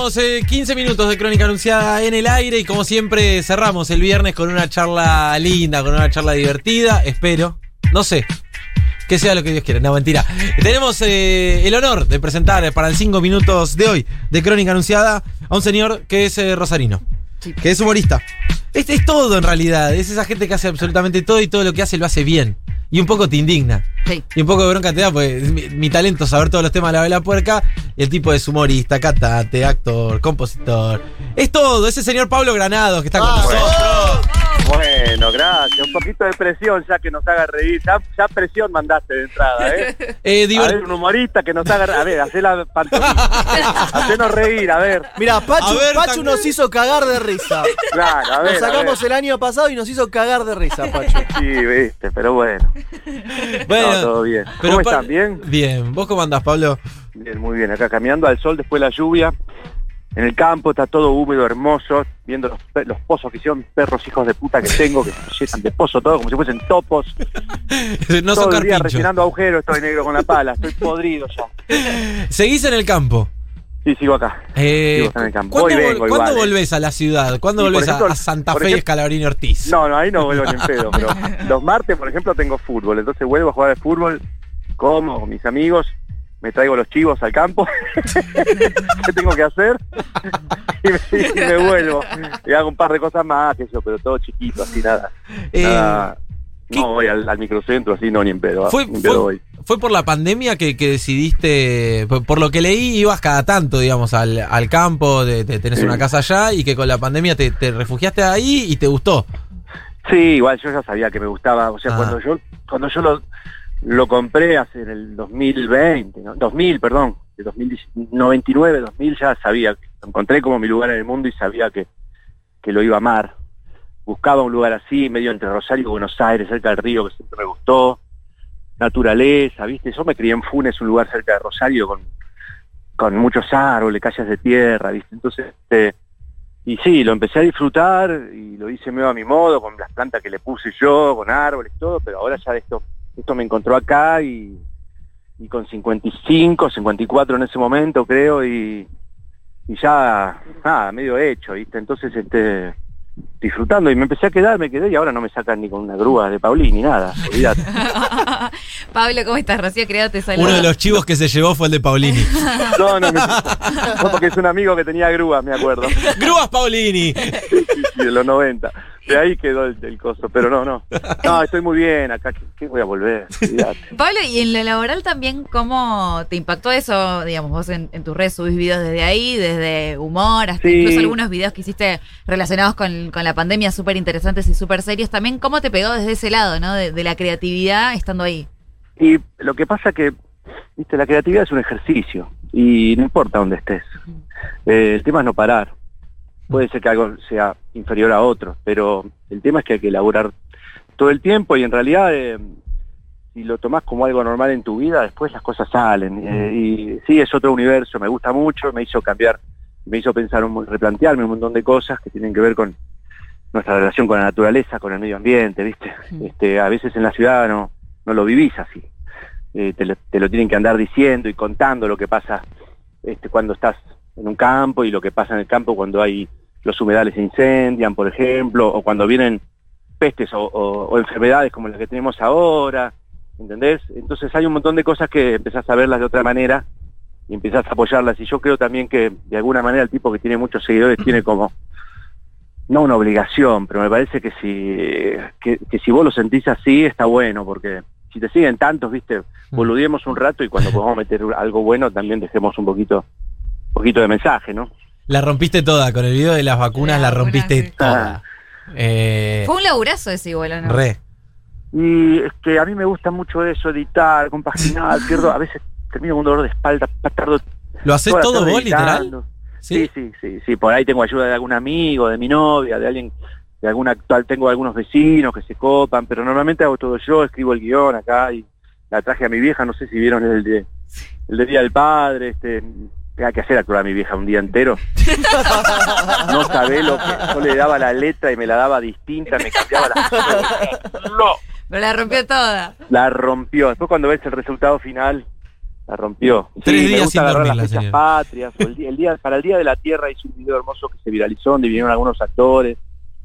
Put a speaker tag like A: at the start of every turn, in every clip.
A: Tenemos 15 minutos de Crónica Anunciada en el aire y como siempre cerramos el viernes con una charla linda, con una charla divertida, espero, no sé, que sea lo que Dios quiera, no, mentira. Tenemos el honor de presentar para el 5 minutos de hoy de Crónica Anunciada a un señor que es rosarino, que es humorista. Este es todo en realidad, es esa gente que hace absolutamente todo y todo lo que hace lo hace bien. Y un poco te indigna. Sí. Y un poco de bronca te da, porque mi talento es saber todos los temas de la vela puerca. Y el tipo es humorista, cantante, actor, compositor. Es todo, ese señor Pablo Granados que está con nosotros.
B: Bueno, gracias. Un poquito de presión ya que nos haga reír. Ya presión mandaste de entrada, a ver, un humorista que nos haga... A ver, hacé la pantomima. Hacenos reír, a ver.
C: Mirá, Pachu nos hizo cagar de risa.
B: Claro, a ver.
C: Nos sacamos el año pasado y nos hizo cagar de risa, Pachu.
B: Sí, viste, pero bueno.
A: Bueno,
B: no, todo bien. ¿Cómo están? ¿Bien?
A: Bien. ¿Vos cómo andás, Pablo?
B: Bien, muy bien. Acá caminando al sol después de la lluvia. En el campo está todo húmedo, hermoso, viendo los pozos que hicieron perros hijos de puta que tengo, que se llenan de pozo todo, como si fuesen topos.
A: No
B: todo
A: son
B: el día
A: carpinchos.
B: rellenando agujeros, estoy negro con la pala, estoy podrido ya.
A: ¿Seguís en el campo?
B: Sí, sigo acá. Sigo en el campo.
A: ¿Cuándo volvés a la ciudad? ¿Cuándo volvés a Santa Fe y Escalabrini Ortiz?
B: No, ahí no vuelvo ni en pedo, pero los martes, por ejemplo, tengo fútbol, entonces vuelvo a jugar al fútbol, como con mis amigos, me traigo los chivos al campo, ¿qué tengo que hacer? Y me vuelvo, y hago un par de cosas más, que eso, pero todo chiquito, así nada. No voy al microcentro, así no, ni en pedo.
A: ¿Fue por la pandemia que decidiste, por lo que leí, ibas cada tanto, digamos, al campo, tenés una casa allá, y que con la pandemia te refugiaste ahí y te gustó? Sí,
B: igual yo ya sabía que me gustaba, o sea, cuando yo lo compré en el 2020, ¿no? 2000, perdón, de 99, 2000 ya sabía, lo encontré como mi lugar en el mundo y sabía que lo iba a amar. Buscaba un lugar así, medio entre Rosario y Buenos Aires, cerca del río, que siempre me gustó. Naturaleza, ¿viste? Yo me crié en Funes, un lugar cerca de Rosario, con muchos árboles, calles de tierra, ¿viste? Entonces, y sí, lo empecé a disfrutar y lo hice medio a mi modo, con las plantas que le puse yo, con árboles, todo, pero ahora ya esto me encontró acá y con 55, 54 en ese momento, creo, y ya, nada, medio hecho, ¿viste? Entonces, disfrutando, y me empecé a quedar, me quedé, y ahora no me sacan ni con una grúa de Paulín, ni nada, olvidate.
D: Pablo, ¿cómo estás? Rocío Criado te saluda.
A: Uno de los chivos que se llevó fue el de Paulini.
B: No, porque es un amigo que tenía grúas, me acuerdo.
A: ¡Grúas Paulini!
B: Sí, de los 90. De ahí quedó el coso, pero no, estoy muy bien acá, ¿qué voy a volver? Olvidate.
D: Pablo, y en lo laboral también, ¿cómo te impactó eso? Digamos, vos en tus redes subís videos desde ahí, desde humor, hasta incluso algunos videos que hiciste relacionados con la pandemia, súper interesantes y súper serios. También, ¿cómo te pegó desde ese lado, ¿no? De la creatividad estando ahí.
B: Y lo que pasa que, viste, la creatividad es un ejercicio, y no importa dónde estés. El tema es no parar. Puede ser que algo sea inferior a otro, pero el tema es que hay que elaborar todo el tiempo, y en realidad si lo tomás como algo normal en tu vida, después las cosas salen. Y sí, es otro universo, me gusta mucho, me hizo cambiar, me hizo pensar, replantearme un montón de cosas que tienen que ver con nuestra relación con la naturaleza, con el medio ambiente, ¿viste? A veces en la ciudad no lo vivís así. Te lo tienen que andar diciendo y contando lo que pasa cuando estás en un campo, y lo que pasa en el campo cuando los humedales se incendian, por ejemplo, o cuando vienen pestes o enfermedades como las que tenemos ahora, ¿entendés? Entonces hay un montón de cosas que empezás a verlas de otra manera y empezás a apoyarlas, y yo creo también que de alguna manera el tipo que tiene muchos seguidores tiene como, no una obligación, pero me parece que si vos lo sentís así está bueno, porque si te siguen tantos, ¿viste? Boludeemos un rato, y cuando podamos meter algo bueno también dejemos un poquito de mensaje, ¿no?
A: La rompiste toda, con el video de las vacunas la rompiste toda.
D: Fue un laburazo ese igual, ¿no?
A: Re.
B: Y es que a mí me gusta mucho eso, editar, compaginar, a veces termino con un dolor de espalda, tardo.
A: ¿Lo haces todo vos, literal?
B: Sí, por ahí tengo ayuda de algún amigo, de mi novia, de alguien, de algún actual, tengo algunos vecinos que se copan, pero normalmente hago todo yo, escribo el guión acá, y la traje a mi vieja, no sé si vieron el de Día del Padre, tenía que hacer actuar a mi vieja un día entero. No sabés lo que yo le daba la letra y me la daba distinta, me cambiaba la...
D: No. Pero la rompió toda.
B: La rompió. Después cuando ves el resultado final, La rompió.
A: 3
B: me
A: días
B: gusta
A: sin
B: agarrar
A: dormir,
B: las
A: la
B: fechas
A: señora.
B: patrias. O para el Día de la Tierra hice un video hermoso que se viralizó, donde vinieron algunos actores.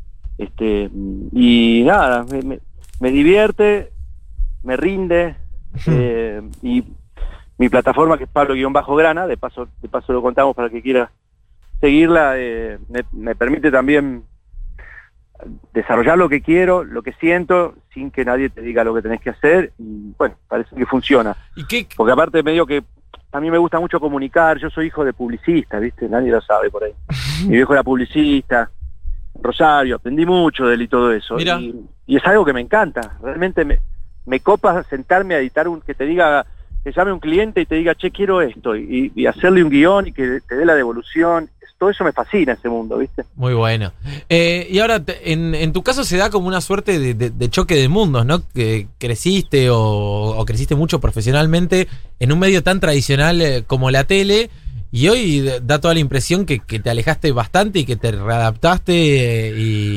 B: Y nada, me divierte, me rinde. Y mi plataforma, que es Pablo-Grana, de paso lo contamos para el que quiera seguirla, me permite también desarrollar lo que quiero, lo que siento, sin que nadie te diga lo que tenés que hacer, y bueno, parece que funciona.
A: ¿Y qué?
B: Porque aparte medio que a mí me gusta mucho comunicar, yo soy hijo de publicista, ¿viste? Nadie lo sabe por ahí. Mi viejo era publicista, Rosario, aprendí mucho de él y todo eso.
A: Mira.
B: Y es algo que me encanta, realmente me copa sentarme a editar que te diga, que llame un cliente y te diga, che, quiero esto, y hacerle un guión y que te dé la devolución. Todo eso me fascina, ese mundo, ¿viste?
A: Muy bueno. Y ahora, en tu caso se da como una suerte de choque de mundos, ¿no? Que creciste o creciste mucho profesionalmente en un medio tan tradicional como la tele, y hoy da toda la impresión que te alejaste bastante y que te readaptaste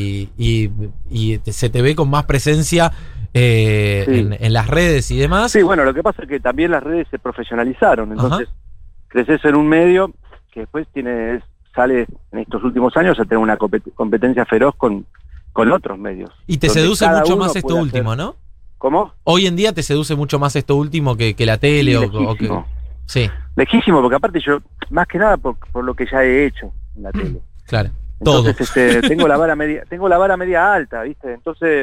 A: se te ve con más presencia en las redes y demás.
B: Sí, bueno, lo que pasa es que también las redes se profesionalizaron, entonces creces en un medio que después sale en estos últimos años a tener una competencia feroz con otros medios.
A: Y te seduce mucho más esto último, ¿no?
B: ¿Cómo?
A: Hoy en día te seduce mucho más esto último que la tele o que... Sí.
B: Lejísimo, porque aparte yo, más que nada por lo que ya he hecho en la tele.
A: Claro, todo.
B: Entonces, tengo la vara media alta, ¿viste? Entonces,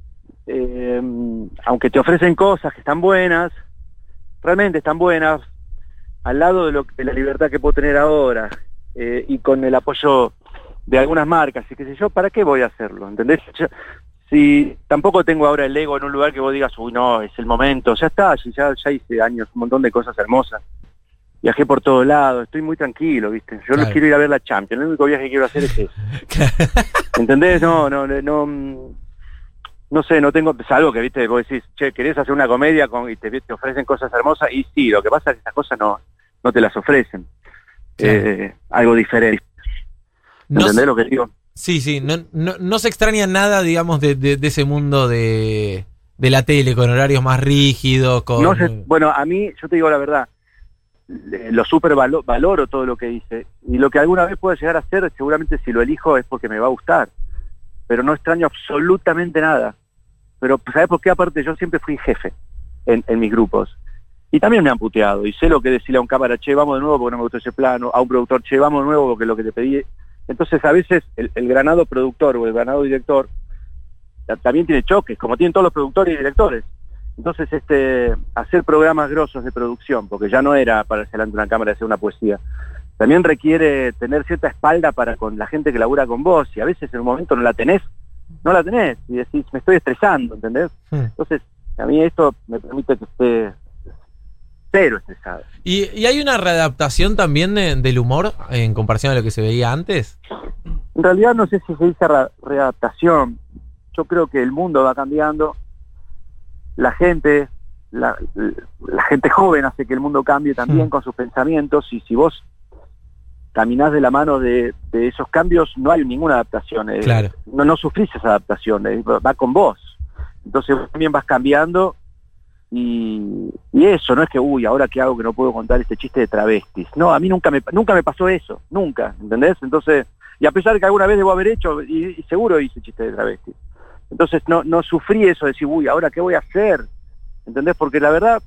B: aunque te ofrecen cosas que están buenas, realmente están buenas, al lado de la libertad que puedo tener ahora, y con el apoyo de algunas marcas y qué sé yo, ¿para qué voy a hacerlo? ¿Entendés? Si tampoco tengo ahora el ego en un lugar que vos digas, uy, no, es el momento, ya está, ya hice años, un montón de cosas hermosas, viajé por todos lados, estoy muy tranquilo, ¿viste? Yo no quiero ir a ver la Champions, el único viaje que quiero hacer es ese. ¿Entendés? No sé, no tengo, salvo que, ¿viste? Vos decís, che, ¿querés hacer una comedia y te ofrecen cosas hermosas? Y sí, lo que pasa es que esas cosas no te las ofrecen. Claro. Algo diferente. ¿Entendés lo que digo?
A: Sí, no se extraña nada, digamos, de ese mundo de la tele, con horarios más rígidos,
B: bueno, a mí, yo te digo la verdad, lo súper valoro todo lo que hice, y lo que alguna vez pueda llegar a hacer, seguramente si lo elijo es porque me va a gustar, pero no extraño absolutamente nada. Pero ¿sabés por qué? Aparte yo siempre fui jefe en mis grupos. Y también me han puteado, y sé lo que decirle a un cámara, che, vamos de nuevo porque no me gustó ese plano, a un productor, che, vamos de nuevo porque lo que te pedí. Entonces a veces el granado productor o el granado director también tiene choques, como tienen todos los productores y directores. Entonces hacer programas grosos de producción, porque ya no era para delante de una cámara y hacer una poesía, también requiere tener cierta espalda para con la gente que labura con vos, y a veces en un momento no la tenés, y decís, me estoy estresando, ¿entendés? Entonces a mí esto me permite que esté cero estresado.
A: ¿Y hay una readaptación también del humor en comparación a lo que se veía antes?
B: En realidad no sé si se dice readaptación. Yo creo que el mundo va cambiando. La gente joven hace que el mundo cambie también con sus pensamientos, y si vos caminás de la mano de esos cambios, no hay ninguna adaptación.
A: Claro.
B: No sufrís esa adaptación, va con vos. Entonces vos también vas cambiando. Y eso, no es que, ahora qué hago que no puedo contar este chiste de travestis. No, a mí nunca me pasó eso, nunca, ¿entendés? Entonces, y a pesar de que alguna vez debo haber hecho, y seguro hice chiste de travestis. Entonces no sufrí eso de decir, ahora qué voy a hacer, ¿entendés? Porque la verdad,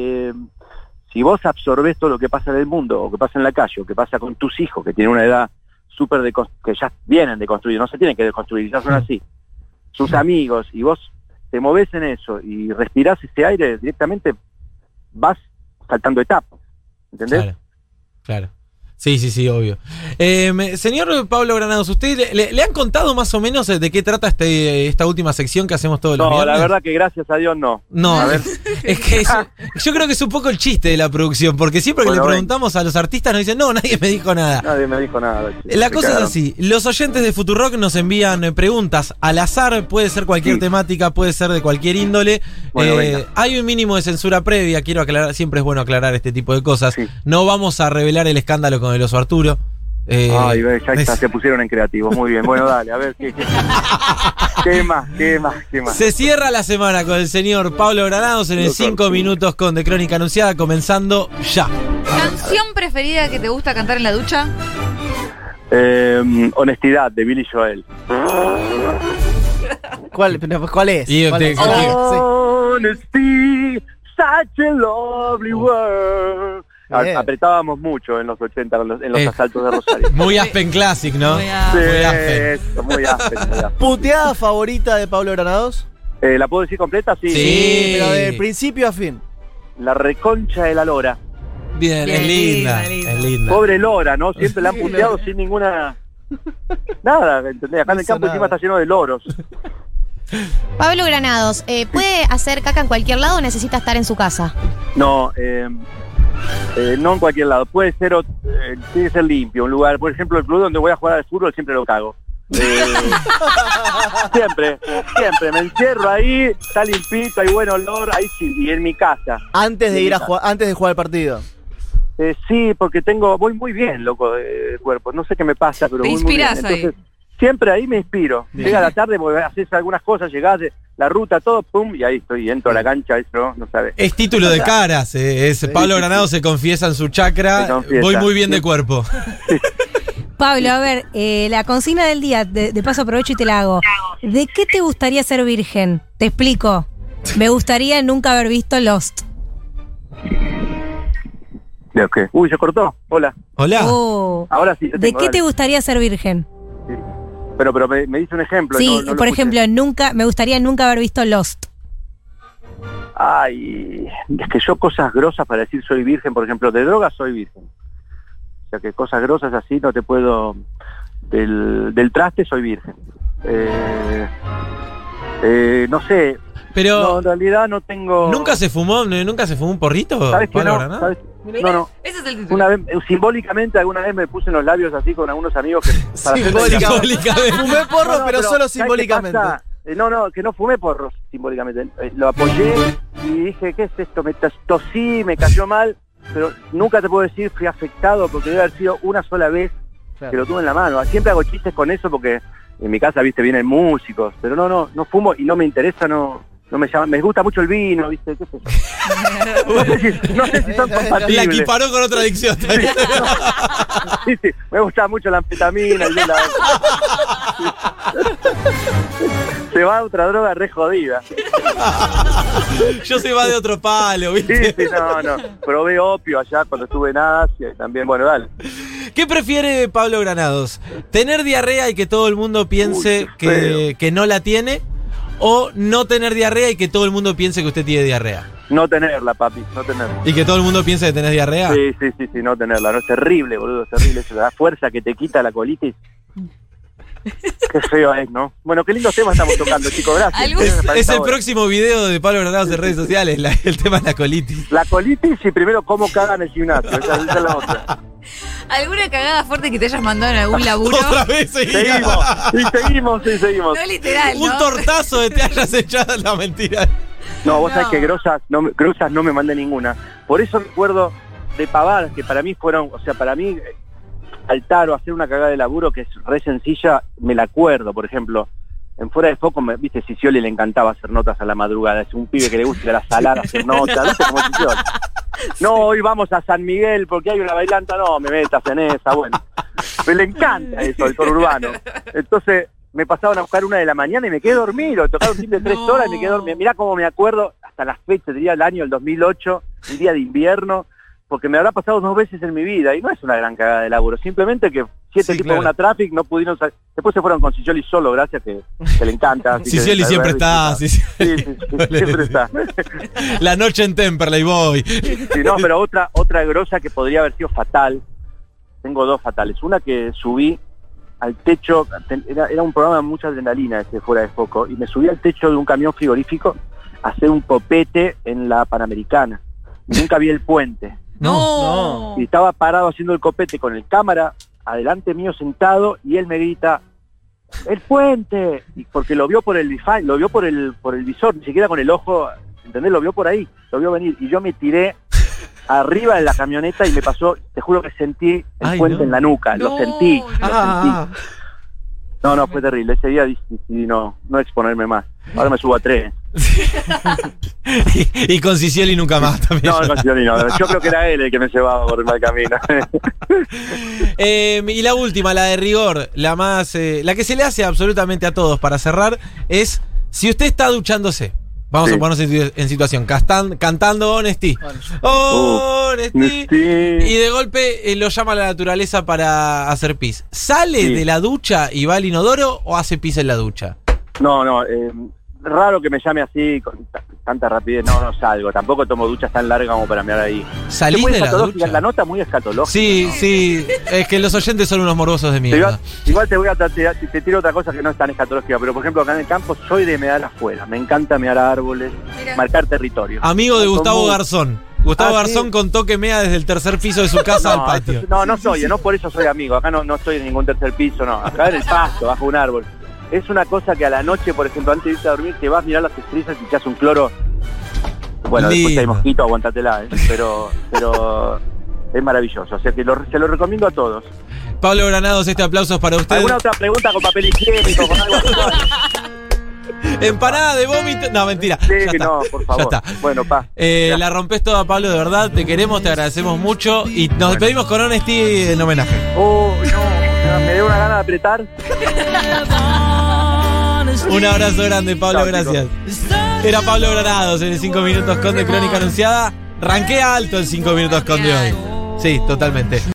B: si vos absorbés todo lo que pasa en el mundo, o que pasa en la calle, o que pasa con tus hijos, que tienen una edad súper que ya vienen de construir, no se tienen que deconstruir, ya son así, sus amigos, y vos te movés en eso y respirás ese aire, directamente saltando etapas, ¿entendés?
A: Claro. Sí, obvio. Señor Pablo Granados, ¿usted le han contado más o menos de qué trata esta última sección que hacemos todos los viernes?
B: No, la verdad que gracias a Dios no.
A: No, a ver. Es que yo creo que es un poco el chiste de la producción, porque siempre que le preguntamos a los artistas nos dicen, no, nadie me dijo nada.
B: Nadie me dijo nada.
A: La cosa es así, los oyentes de Futurock nos envían preguntas al azar, puede ser cualquier temática, puede ser de cualquier índole. Bueno, hay un mínimo de censura previa, quiero aclarar, siempre es bueno aclarar este tipo de cosas. Sí. No vamos a revelar el escándalo con el oso Arturo.
B: Ay, ya está, se pusieron en creativo. Muy bien, bueno, dale, a ver, ¿qué más?
A: Se cierra la semana con el señor Pablo Granados en el 5 minutos con De Crónica Anunciada, comenzando ya.
D: ¿Canción preferida que te gusta cantar en la ducha?
B: Honestidad, de Billy Joel.
C: ¿Cuál es?
A: Y
C: ¿Cuál
A: te-
C: es?
B: Honesty, such a lovely word.
C: Bien.
B: Apretábamos mucho en los 80 en los asaltos de Rosario.
A: Muy Aspen Classic, ¿no?
D: Muy a-
B: Sí,
A: Muy Aspen.
B: eso, muy áspero.
C: ¿Puteada favorita de Pablo Granados?
B: ¿La puedo decir completa? Sí.
A: Sí.
C: Pero de principio a fin.
B: La reconcha de la Lora.
A: Bien,
D: Bien,
A: es linda,
D: linda.
A: es linda.
B: Pobre Lora, ¿no? Siempre la han puteado sin ninguna... Nada, ¿entendés? Acá en el
C: hizo
B: campo
C: nada.
B: encima está lleno de loros.
E: Pablo Granados, ¿puede hacer caca en cualquier lado o necesita estar en su casa?
B: No, no en cualquier lado. Puede ser, tiene que ser limpio. Un lugar, por ejemplo, el club donde voy a jugar al fútbol siempre lo cago. Siempre. Me encierro ahí, está limpito, hay buen olor, ahí sí. Y en mi casa.
C: Antes de ir a jugar, antes de jugar el partido.
B: Sí, porque voy muy bien, loco, de cuerpo. No sé qué me pasa, pero
D: Te
B: voy muy bien.
D: inspirás ahí.
B: Entonces, siempre ahí me inspiro.
C: Bien.
B: Llega la tarde, haces algunas cosas, llegás, la ruta, todo, pum, y ahí estoy, entro a la cancha, eso no sabes.
A: Es título de caras, Pablo Granados se confiesa en su chakra,
B: Se confiesa.
A: voy muy bien de cuerpo.
F: Pablo, a ver, la consigna del día, de paso aprovecho y te la hago. ¿De qué te gustaría ser virgen? Te explico. Me gustaría nunca haber visto Lost.
B: ¿De qué? Uy, se cortó. Hola.
A: Hola.
F: Oh.
B: Ahora sí.
F: ¿De qué te gustaría ser virgen?
B: Pero me dice un ejemplo.
F: Sí,
B: no lo
F: por
B: escuché.
F: ejemplo, me gustaría nunca haber visto Lost.
B: Ay, es que yo cosas grosas para decir soy virgen, por ejemplo, de drogas soy virgen. O sea que cosas grosas así no te puedo... Del traste soy virgen. No sé.
A: Pero
B: No, en realidad no tengo...
A: ¿nunca se fumó un porrito,
B: ¿Sabes que
A: Pablo
B: no?
A: Granados?
B: ¿Sabes?
D: Mirá,
B: No.
D: Ese es el título.
B: Una vez, simbólicamente, alguna vez me puse en los labios así con algunos amigos que... para hacer-
A: Simbólicamente.
C: Fumé porro,
B: No,
C: pero solo
B: ¿sabes qué
C: simbólicamente.
B: pasa? No, que no fumé porros simbólicamente. Lo apoyé y dije, ¿qué es esto? Me tosí, me cayó mal, pero nunca te puedo decir fui afectado porque debe haber sido una sola vez que lo tuve en la mano. Siempre hago chistes con eso porque en mi casa, viste, vienen músicos, pero no fumo y no me interesa, no me llama, me gusta mucho el vino, viste, qué sé yo. No sé si son compatibles.
A: La equiparó con otra adicción.
B: Sí, me gusta mucho la anfetamina y se va a otra droga re jodida.
A: Yo se va de otro palo, ¿viste?
B: Sí, no. Probé opio allá cuando estuve en Asia y también, bueno, dale.
A: ¿Qué prefiere Pablo Granados? ¿Tener diarrea y que todo el mundo piense
B: Uy, qué
A: que no la tiene? ¿O no tener diarrea y que todo el mundo piense que usted tiene diarrea?
B: No tenerla, papi, no tenerla.
A: ¿Y que todo el mundo piense que tenés diarrea?
B: Sí, no tenerla. No, es terrible, boludo, es terrible. Eso da fuerza que te quita la colitis. Qué feo es, ¿no? Bueno, qué lindos temas estamos tocando, chicos, gracias.
D: Algún-
B: Me parece
A: Es el
B: ahora.
A: próximo video de Pablo Granados en redes sociales, el tema de la colitis.
B: La colitis y primero cómo cagan en el gimnasio. Esa es la otra.
D: ¿Alguna cagada fuerte que te hayas mandado en algún laburo?
A: Otra vez seguía.
B: Seguimos.
D: No literal, ¿no?
A: Un tortazo de te hayas echado la mentira.
B: No, vos
D: No.
B: sabés que grosas no me mandé ninguna. Por eso me acuerdo de pavadas que para mí fueron, o sea, para mí saltar o hacer una cagada de laburo que es re sencilla, me la acuerdo. Por ejemplo, en Fuera de Foco, viste, Scioli le encantaba hacer notas a la madrugada. Es un pibe que le gusta ir a la salada, hacer notas, viste, como Scioli. No, hoy vamos a San Miguel porque hay una bailanta, no, me metas en esa, bueno. Me le encanta eso, el conurbano. Entonces me pasaban a buscar 1 de la mañana y me quedé dormido, tocaron un timbre de 3 horas y me quedé dormido. Mirá cómo me acuerdo hasta las fechas, diría el año del 2008, un día de invierno, porque me habrá pasado 2 veces en mi vida y no es una gran cagada de laburo, simplemente que 7
A: Sí,
B: tipos
A: claro.
B: de una traffic no pudieron salir. Después se fueron con Scioli solo, gracias que le encanta. así que-
A: Scioli siempre está.
B: Sí,
A: Scioli.
B: siempre está.
A: La noche en Temperley Boy.
B: Sí, no, pero otra grosa que podría haber sido fatal. Tengo 2 fatales. Una que subí al techo, era un programa de mucha adrenalina ese Fuera de Foco, y me subí al techo de un camión frigorífico a hacer un copete en la Panamericana. Y nunca vi el puente.
D: No.
B: Y estaba parado haciendo el copete con el cámara adelante mío sentado y él me grita ¡el puente! Y porque lo vio por el bify, lo vio por el visor, ni siquiera con el ojo, ¿entendés? Lo vio por ahí, lo vio venir y yo me tiré arriba de la camioneta y me pasó, te juro que sentí el puente en la nuca, lo sentí. No, fue terrible. Ese día decidí no exponerme más. Ahora me subo a 3.
A: y con Cicioli nunca más también.
B: No, con Cicioli no. Yo creo que era él el que me llevaba por el mal camino.
A: Y la última, la de rigor, la más, la que se le hace absolutamente a todos para cerrar, es si usted está duchándose. Vamos a ponernos en situación, cantando Honesty. Honesty. Y de golpe lo llama la naturaleza para hacer pis. ¿Sale de la ducha y va al inodoro o hace pis en la ducha?
B: No, raro que me llame así con tanta rapidez. No salgo. Tampoco tomo duchas tan largas como para mirar ahí.
A: ¿Salís de la ducha?
B: La nota muy escatológica.
A: Sí. Es que los oyentes son unos morbosos de mierda.
B: Igual te tiro otra cosa que no es tan escatológica, pero por ejemplo acá en el campo soy de mear afuera. Me encanta mear árboles, marcar territorio.
A: Amigo de Gustavo Garzón. Gustavo Garzón contó que mea desde el tercer piso de su casa al patio.
B: No no por eso soy amigo. Acá no estoy en ningún tercer piso, no. Acá en el pasto, bajo un árbol. Es una cosa que a la noche, por ejemplo, antes de irte a dormir, te vas a mirar las estrellas y echas un cloro. Bueno, después hay mosquito, aguantatela, pero es maravilloso. O sea que se lo recomiendo a todos.
A: Pablo Granados, este aplauso es para usted.
B: ¿Alguna otra pregunta con papel higiénico, con algo así?
A: Empanada de vómito. No, mentira.
B: Sí,
A: ya está.
B: no, por favor.
A: Ya está.
B: Bueno,
A: la rompés toda, Pablo, de verdad. Te queremos, te agradecemos mucho. Y nos despedimos con Honesty en homenaje.
B: Me dio una gana de apretar.
A: Un abrazo grande, Pablo, gracias. Era Pablo Granados en el 5 Minutos con de Crónica Anunciada. Ranqué alto el 5 Minutos con de hoy. Sí, totalmente.